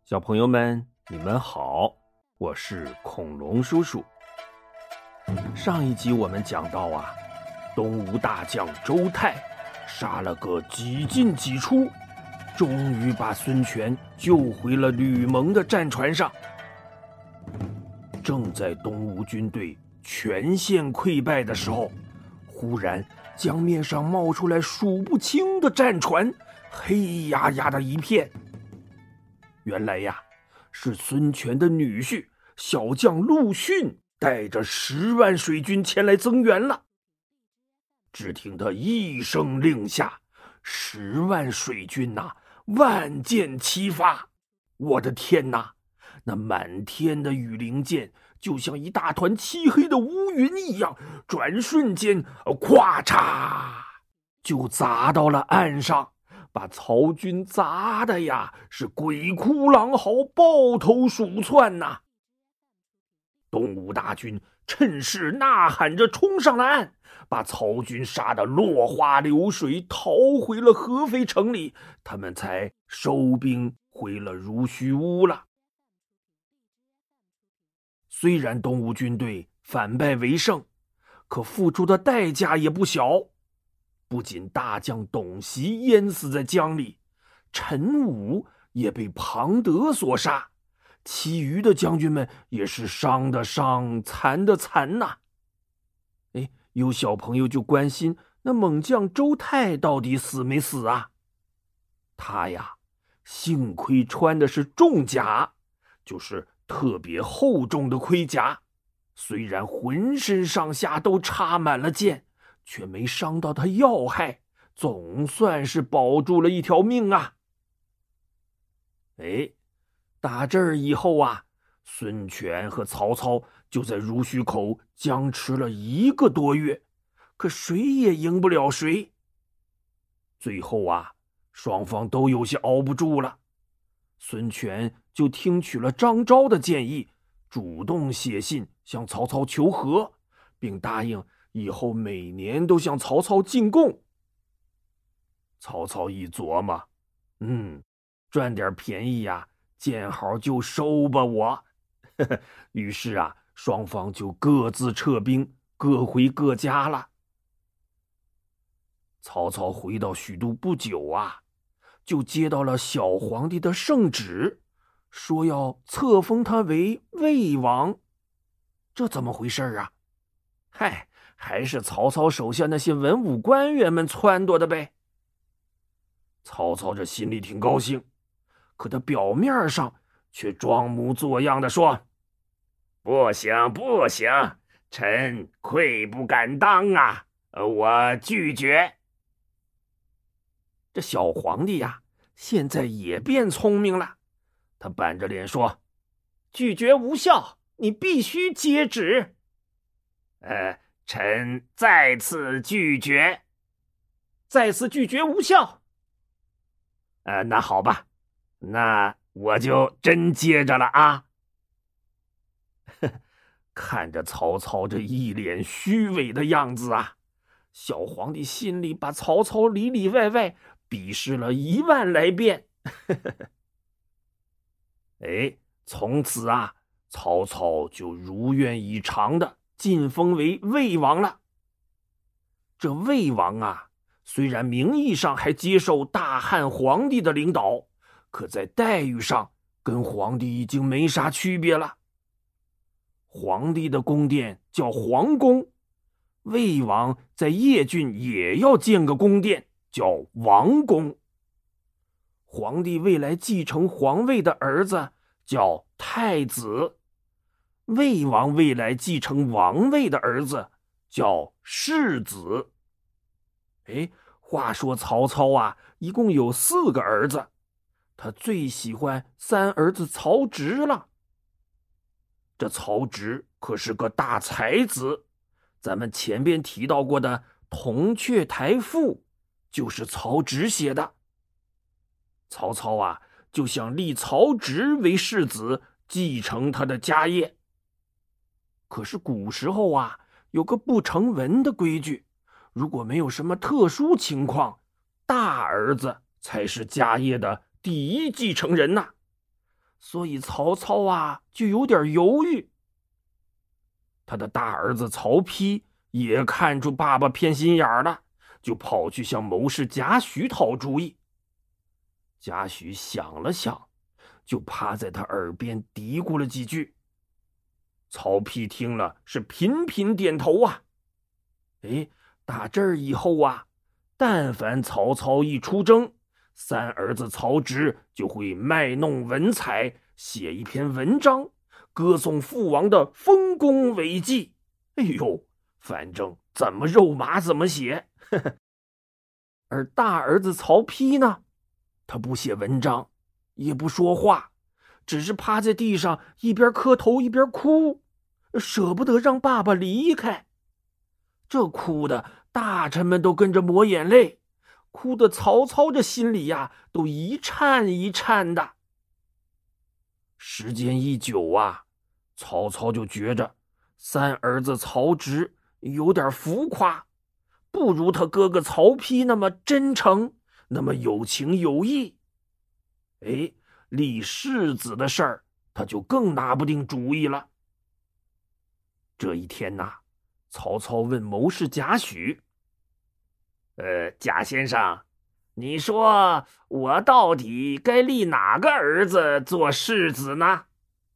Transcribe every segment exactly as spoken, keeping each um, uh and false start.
小朋友们，你们好，我是恐龙叔叔。上一集我们讲到啊，东吴大将周泰杀了个几进几出，终于把孙权救回了吕蒙的战船上。正在东吴军队全线溃败的时候，忽然江面上冒出来数不清的战船，黑压压的一片。原来呀，是孙权的女婿小将陆逊带着十万水军前来增援了。只听他一声令下，十万水军呐、啊，万箭齐发。我的天哪，那满天的羽灵箭就像一大团漆黑的乌云一样，转瞬间咵嚓就砸到了岸上，把曹军砸的呀是鬼哭狼嚎，抱头鼠窜呐、啊！东吴大军趁势呐喊着冲上了岸，把曹军杀得落花流水，逃回了合肥城里，他们才收兵回了濡须屋了。虽然东吴军队反败为胜，可付出的代价也不小。不仅大将董袭淹死在江里，陈武也被庞德所杀，其余的将军们也是伤的伤，残的残呐、啊。哎，有小朋友就关心，那猛将周泰到底死没死啊？他呀，幸亏穿的是重甲，就是特别厚重的盔甲，虽然浑身上下都插满了箭，却没伤到他要害，总算是保住了一条命啊！哎，打这儿以后啊，孙权和曹操就在濡须口僵持了一个多月，可谁也赢不了谁。最后啊，双方都有些熬不住了，孙权就听取了张昭的建议，主动写信向曹操求和，并答应以后每年都向曹操进贡。曹操一琢磨，嗯，赚点便宜呀、啊，见好就收吧我。于是啊，双方就各自撤兵，各回各家了。曹操回到许都不久啊，就接到了小皇帝的圣旨，说要册封他为魏王。这怎么回事啊？嗨，还是曹操手下那些文武官员们撺掇的呗。曹操这心里挺高兴，可他表面上却装模作样的说：不行不行，臣愧不敢当啊，我拒绝。这小皇帝呀，现在也变聪明了，他板着脸说：拒绝无效，你必须接旨。呃，臣再次拒绝。再次拒绝无效。呃，那好吧，那我就真接着了啊。看着曹操这一脸虚伪的样子啊，小皇帝心里把曹操里里外外鄙视了一万来遍。哎，从此啊，曹操就如愿以偿的晋封为魏王了。这魏王啊，虽然名义上还接受大汉皇帝的领导，可在待遇上跟皇帝已经没啥区别了。皇帝的宫殿叫皇宫，魏王在邺郡也要建个宫殿，叫王宫。皇帝未来继承皇位的儿子叫太子，魏王未来继承王位的儿子叫世子。哎，话说曹操啊，一共有四个儿子，他最喜欢三儿子曹植了。这曹植可是个大才子，咱们前边提到过的《铜雀台赋》就是曹植写的。曹操啊，就想立曹植为世子，继承他的家业。可是古时候啊，有个不成文的规矩，如果没有什么特殊情况，大儿子才是家业的第一继承人呐、啊。 所以曹操啊就有点犹豫。他的大儿子曹丕也看出爸爸偏心眼了，就跑去向谋士贾诩讨主意。贾诩想了想，就趴在他耳边嘀咕了几句。曹丕听了是频频点头啊。哎，打这儿以后啊，但凡曹操一出征，三儿子曹植就会卖弄文采，写一篇文章，歌颂父王的丰功伟绩。哎呦，反正怎么肉麻怎么写。而大儿子曹丕呢，他不写文章，也不说话，只是趴在地上一边磕头一边哭，舍不得让爸爸离开。这哭的大臣们都跟着抹眼泪，哭的曹操这心里呀都一颤一颤的。时间一久啊，曹操就觉着三儿子曹植有点浮夸，不如他哥哥曹丕那么真诚，那么有情有义。哎，立世子的事儿他就更拿不定主意了。这一天呐，曹操问谋士贾诩：呃，贾先生，你说我到底该立哪个儿子做世子呢？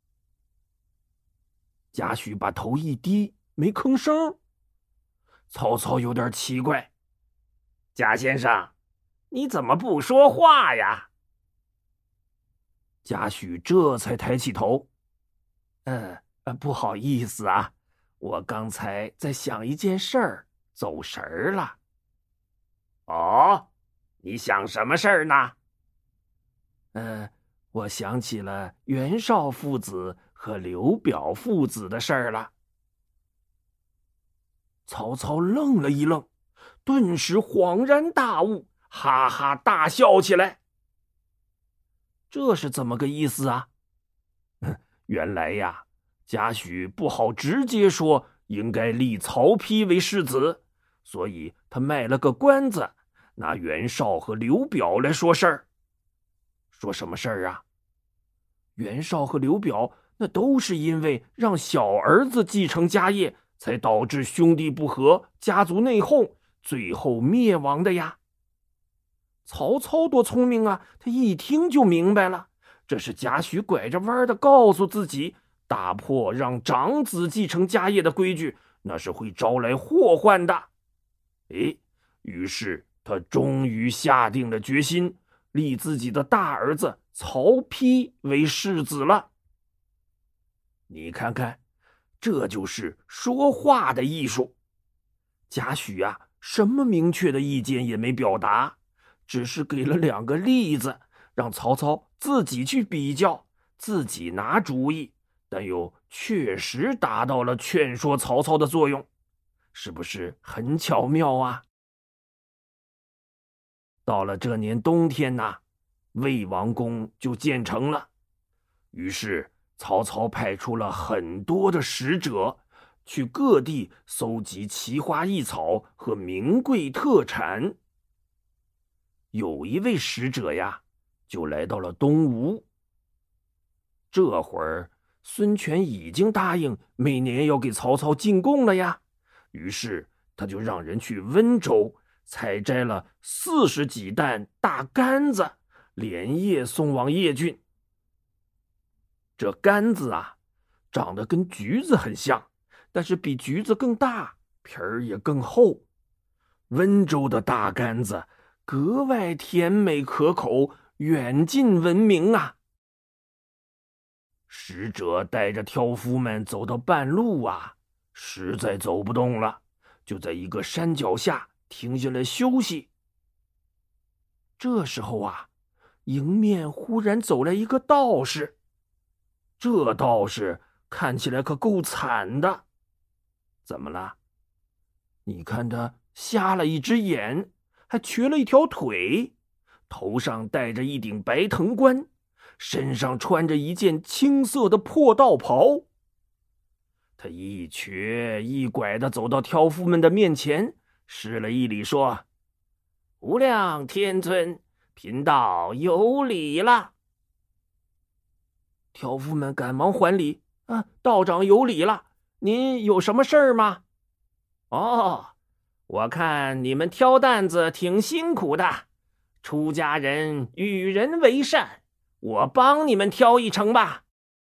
贾诩把头一低，没吭声。曹操有点奇怪：贾先生，你怎么不说话呀？贾诩这才抬起头：呃，不好意思啊，我刚才在想一件事儿，走神儿了。哦，你想什么事儿呢？呃，我想起了袁绍父子和刘表父子的事儿了。曹操愣了一愣，顿时恍然大悟，哈哈大笑起来。这是怎么个意思啊？原来呀，贾诩不好直接说应该立曹丕为世子，所以他卖了个关子，拿袁绍和刘表来说事儿。说什么事儿啊？袁绍和刘表那都是因为让小儿子继承家业，才导致兄弟不和，家族内讧，最后灭亡的呀。曹操多聪明啊，他一听就明白了，这是贾诩拐着弯的告诉自己，打破让长子继承家业的规矩，那是会招来祸患的。诶，于是他终于下定了决心，立自己的大儿子曹丕为世子了。你看看，这就是说话的艺术。贾诩啊，什么明确的意见也没表达，只是给了两个例子，让曹操自己去比较，自己拿主意，但又确实达到了劝说曹操的作用，是不是很巧妙啊？到了这年冬天呐、啊，魏王宫就建成了。于是曹操派出了很多的使者，去各地搜集奇花异草和名贵特产。有一位使者呀，就来到了东吴。这会儿孙权已经答应每年要给曹操进贡了呀，于是他就让人去温州采摘了四十几担大柑子，连夜送往邺郡。这柑子啊，长得跟橘子很像，但是比橘子更大，皮儿也更厚。温州的大柑子格外甜美可口，远近闻名啊。使者带着挑夫们走到半路啊，实在走不动了，就在一个山脚下停下来休息。这时候啊，迎面忽然走来一个道士。这道士看起来可够惨的。怎么了？你看他瞎了一只眼，还瘸了一条腿，头上戴着一顶白藤冠，身上穿着一件青色的破道袍。他一瘸一拐地走到挑夫们的面前，施了一礼，说：无量天尊，贫道有礼了。 挑夫们赶忙还礼：“啊，道长有礼了，您有什么事儿吗？”“哦，我看你们挑担子挺辛苦的，出家人与人为善，我帮你们挑一程吧。”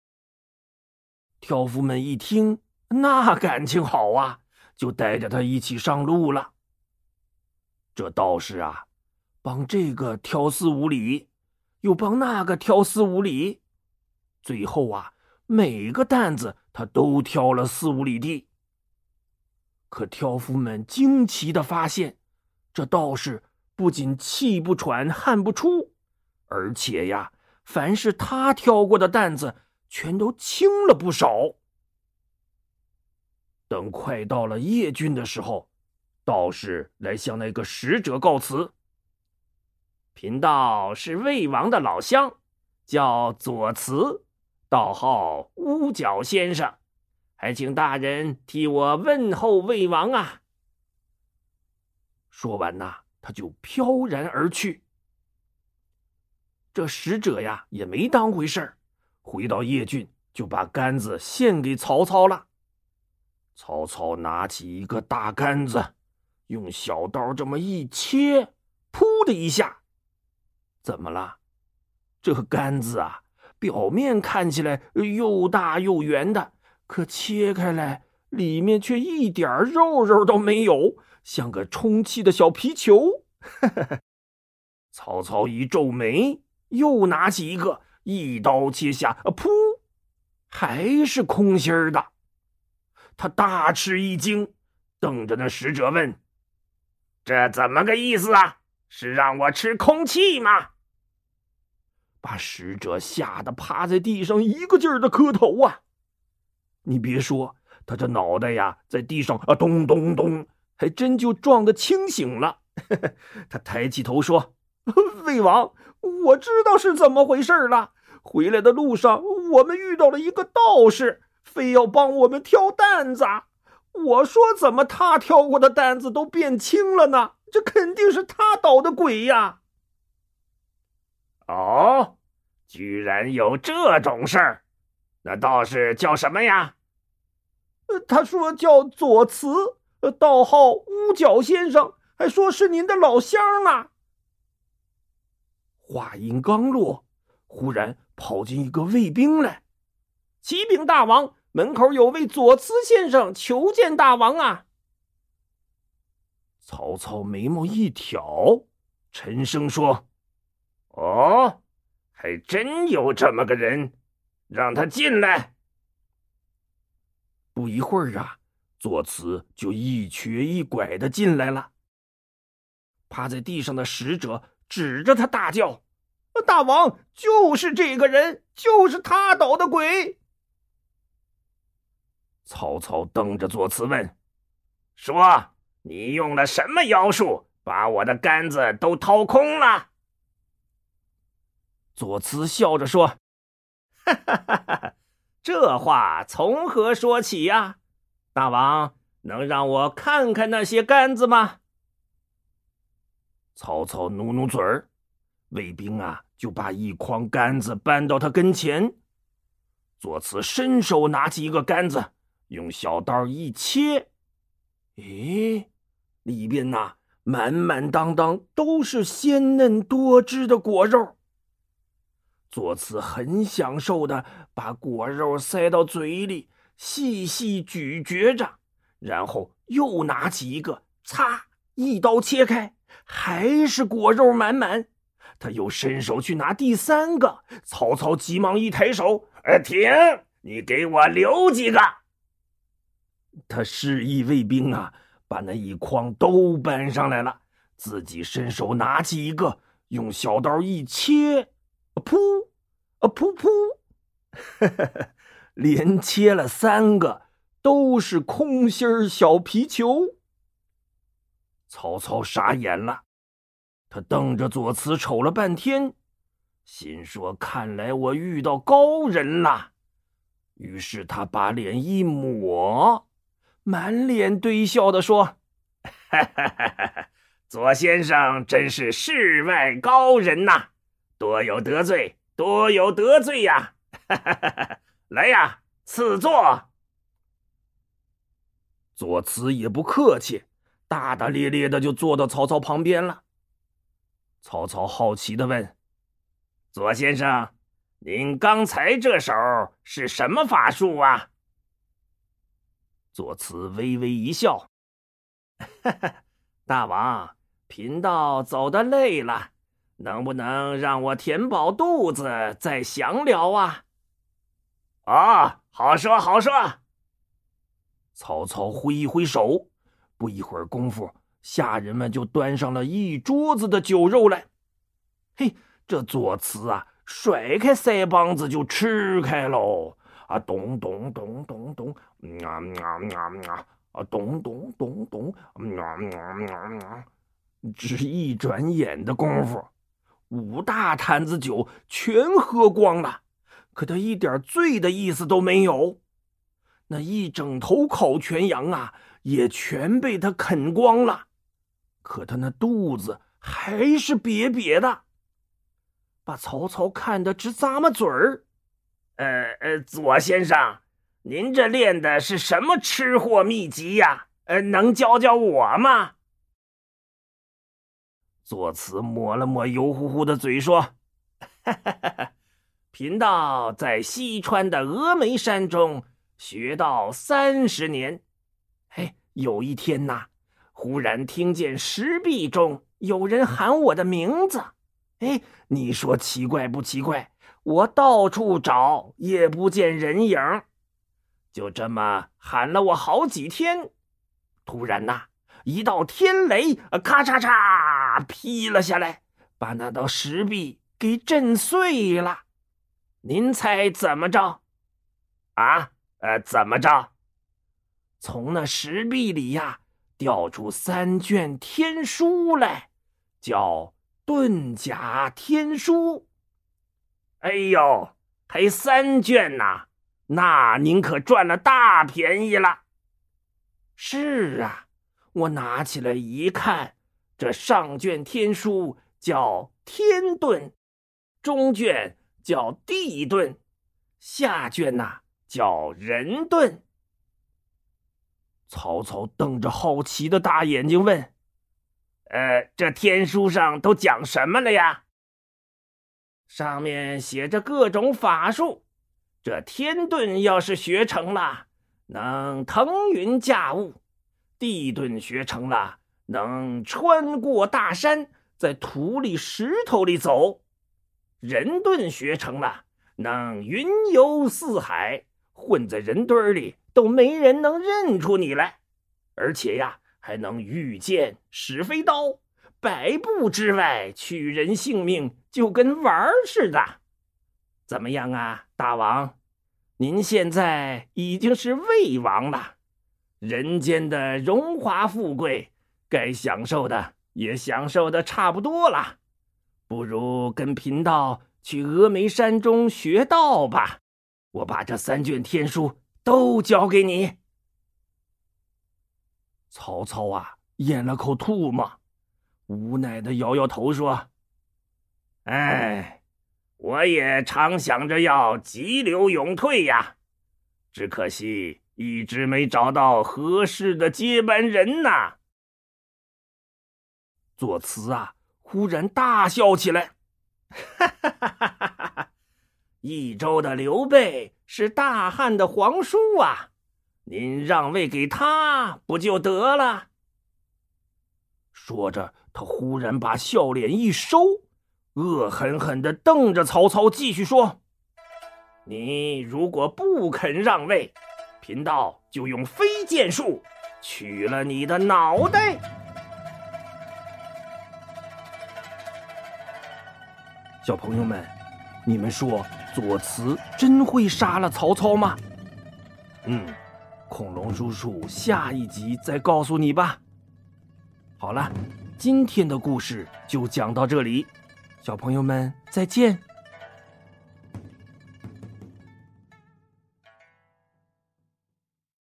挑夫们一听，那感情好啊，就带着他一起上路了。这道士啊，帮这个挑四五里，又帮那个挑四五里，最后啊，每个担子他都挑了四五里地。可挑夫们惊奇地发现，这道士不仅气不喘汗不出，而且呀，凡是他挑过的担子全都轻了不少。等快到了夜郡的时候，道士来向那个使者告辞：“贫道是魏王的老乡，叫左慈，道号乌角先生，还请大人替我问候魏王啊。”说完呐，他就飘然而去。这使者呀也没当回事儿，回到邺郡就把杆子献给曹操了。曹操拿起一个大杆子，用小刀这么一切，噗的一下，怎么了？这个杆子啊，表面看起来又大又圆的，可切开来，里面却一点肉肉都没有，像个充气的小皮球。曹操一皱眉，又拿起一个，一刀切下，噗，还是空心儿的。他大吃一惊，瞪着那使者问：“这怎么个意思啊？是让我吃空气吗？”把使者吓得趴在地上一个劲儿的磕头啊！你别说，他这脑袋呀在地上啊咚咚咚，还真就撞得清醒了。他抬起头说：“魏王，我知道是怎么回事了。回来的路上，我们遇到了一个道士，非要帮我们挑担子。我说怎么他挑过的担子都变轻了呢？这肯定是他捣的鬼呀！”“哦，居然有这种事儿？那道士叫什么呀？”“他说叫左慈，道号乌角先生，还说是您的老乡呢。”话音刚落，忽然跑进一个卫兵来：“启禀大王，门口有位左慈先生求见大王啊。”曹操眉毛一挑，沉声说：“哦，还真有这么个人，让他进来。”不一会儿啊，左慈就一瘸一拐的进来了。趴在地上的使者指着他大叫：“大王，就是这个人，就是他捣的鬼！”曹操瞪着左慈问：“说，你用了什么妖术，把我的杆子都掏空了？”左慈笑着说：“哈哈哈哈，这话从何说起呀？大王，能让我看看那些杆子吗？”曹操努努嘴儿，卫兵啊就把一筐杆子搬到他跟前。左慈伸手拿起一个杆子，用小刀一切，诶，里边呐、啊、满满当当都是鲜嫩多汁的果肉。左慈很享受的把果肉塞到嘴里，细细咀嚼着，然后又拿起一个，擦，一刀切开，还是果肉满满。他又伸手去拿第三个，曹操急忙一抬手：“呃，停！你给我留几个！”他示意卫兵啊，把那一筐都搬上来了，自己伸手拿起一个，用小刀一切，噗，啊噗噗，连切了三个，都是空心小皮球。曹操傻眼了，他瞪着左慈瞅了半天，心说看来我遇到高人了。于是他把脸一抹，满脸堆笑地说：“哈哈哈哈，左先生真是世外高人呐，多有得罪，多有得罪呀！ 来呀，赐座。左慈也不客气，大大咧咧的就坐到曹操旁边了。曹操好奇的问：左先生，您刚才这手是什么法术啊？左慈微微一笑：大王，贫道走得累了，能不能让我填饱肚子再详聊啊？哦，好说好说。曹操挥一挥手，不一会儿功夫，下人们就端上了一桌子的酒肉来。嘿，这左慈啊，甩开腮帮子就吃开喽！啊，咚咚咚咚咚，啊啊啊啊，咚咚咚咚，啊啊啊！只一转眼的功夫，五大坛子酒全喝光了，可他一点醉的意思都没有。那一整头烤全羊啊，也全被他啃光了，可他那肚子还是瘪瘪的，把曹操看得直咂摸嘴儿。呃呃，左先生，您这练的是什么吃货秘籍呀？呃，能教教我吗？左慈抹了抹油乎乎的嘴说：哈哈哈哈，贫道在西川的峨眉山中学道三十年。嘿，有一天呐，忽然听见石壁中有人喊我的名字。哎，你说奇怪不奇怪？我到处找也不见人影，就这么喊了我好几天。突然呐，一道天雷咔嚓嚓劈了下来，把那道石壁给震碎了。您猜怎么着？啊，呃，怎么着？从那石壁里呀，掉出三卷天书来，叫遁甲天书。哎呦，还三卷呐，那您可赚了大便宜了。是啊，我拿起来一看，这上卷天书叫天遁，中卷叫地遁，下卷呐、啊、叫人遁。曹操瞪着好奇的大眼睛问：呃，这天书上都讲什么了呀？上面写着各种法术，这天遁要是学成了，能腾云驾雾；地遁学成了，能穿过大山，在土里石头里走；人遁学成了，能云游四海，混在人堆里都没人能认出你来。而且呀，还能御剑使飞刀，百步之外取人性命，就跟玩似的。怎么样啊，大王？您现在已经是魏王了，人间的荣华富贵，该享受的也享受的差不多了，不如跟贫道去峨眉山中学道吧。我把这三卷天书都交给你。曹操啊，咽了口唾沫，无奈的摇摇头说：哎，我也常想着要急流勇退呀，只可惜一直没找到合适的接班人呐。左慈啊，忽然大笑起来，哈哈哈哈哈哈！益州的刘备是大汉的皇叔啊，您让位给他不就得了？说着，他忽然把笑脸一收，恶狠狠地瞪着曹操，继续说：你如果不肯让位，贫道就用飞剑术取了你的脑袋。小朋友们，你们说左慈真会杀了曹操吗？嗯，恐龙叔叔下一集再告诉你吧。好了，今天的故事就讲到这里，小朋友们再见。